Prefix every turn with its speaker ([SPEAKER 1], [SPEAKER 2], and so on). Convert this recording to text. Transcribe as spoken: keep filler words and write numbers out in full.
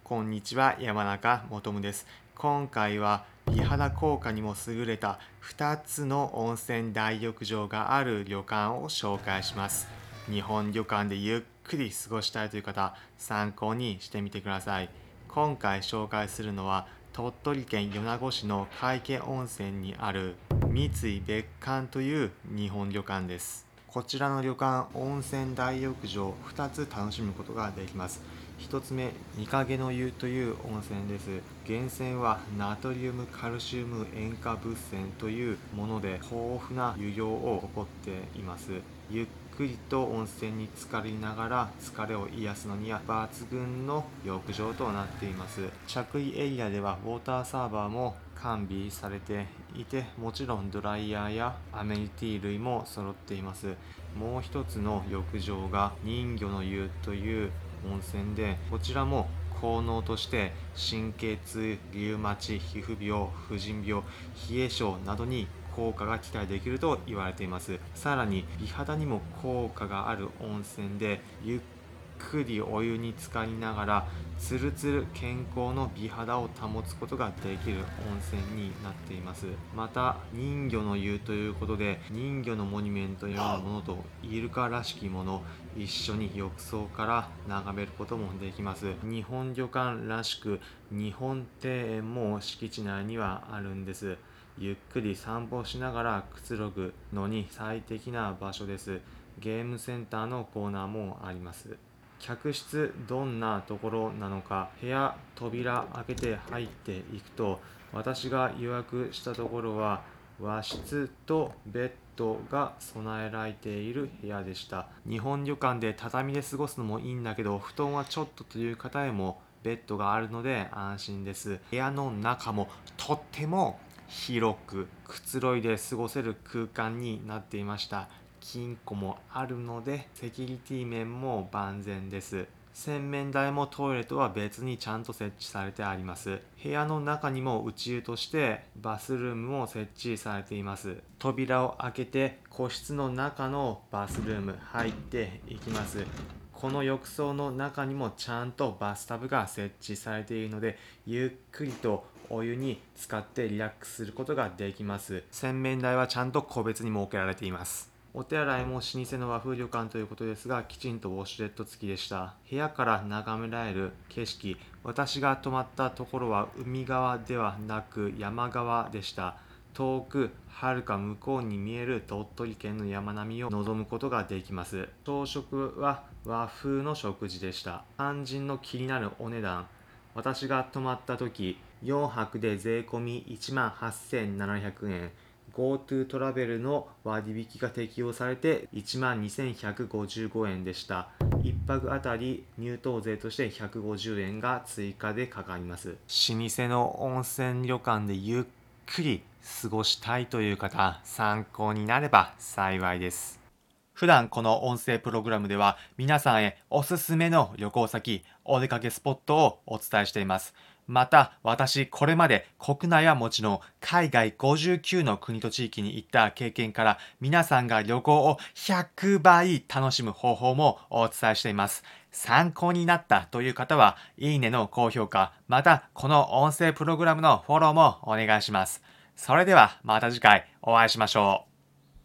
[SPEAKER 1] こんにちは、山中もとむです。今回は美肌効果にも優れたふたつの温泉大浴場がある旅館を紹介します。日本旅館でゆっくり過ごしたいという方、参考にしてみてください。今回紹介するのは鳥取県米子市の皆生温泉にある三井別館という日本旅館です。こちらの旅館、温泉大浴場ふたつ楽しむことができます。ひとつめ、御影の湯という温泉です。源泉はナトリウムカルシウム塩化物泉というもので豊富な湯量を誇っています。ゆっくりと温泉に浸かりながら疲れを癒すのには抜群の浴場となっています。着衣エリアではウォーターサーバーも完備されていて、もちろんドライヤーやアメニティ類も揃っています。もう一つの浴場が人魚の湯という温泉で、こちらも効能として神経痛、リウマチ、皮膚病、婦人病、冷え症などに効果が期待できると言われています。さらに美肌にも効果がある温泉で、ゆっくりお湯に浸かりながらツルツル健康の美肌を保つことができる温泉になっています。また人魚の湯ということで、人魚のモニュメントのようなものとイルカらしきもの一緒に浴槽から眺めることもできます。日本旅館らしく日本庭園も敷地内にはあるんです。ゆっくり散歩しながらくつろぐのに最適な場所です。ゲームセンターのコーナーもあります。客室どんなところなのか、部屋扉開けて入っていくと、私が予約したところは和室とベッドが備えられている部屋でした。日本旅館で畳で過ごすのもいいんだけど、布団はちょっとという方へもベッドがあるので安心です。部屋の中もとっても広くくつろいで過ごせる空間になっていました。金庫もあるのでセキュリティ面も万全です。洗面台もトイレとは別にちゃんと設置されてあります。部屋の中にも内湯としてバスルームも設置されています。扉を開けて個室の中のバスルーム入っていきます。この浴槽の中にもちゃんとバスタブが設置されているので、ゆっくりとお湯に浸かってリラックスすることができます。洗面台はちゃんと個別に設けられています。お手洗いも老舗の和風旅館ということですが、きちんとウォシュレット付きでした。部屋から眺められる景色、私が泊まったところは海側ではなく山側でした。遠くはるか向こうに見える鳥取県の山並みを望むことができます。朝食は和風の食事でした。肝心の気になるお値段、私が泊まった時、よんはくで税込みいちまんはっせんななひゃくえん、GoTo トラベルの割引が適用されていちまんにせんひゃくごじゅうごえんでした。いっぱくあたり入湯税としてひゃくごじゅうえんが追加でかかります。老舗の温泉旅館でゆっくり過ごしたいという方、参考になれば幸いです。普段この音声プログラムでは皆さんへおすすめの旅行先、お出かけスポットをお伝えしています。また私これまで国内はもちろん海外ごじゅうきゅうの国と地域に行った経験から、皆さんが旅行をひゃくばい楽しむ方法もお伝えしています。参考になったという方はいいねの高評価、またこの音声プログラムのフォローもお願いします。それではまた次回お会いしましょう。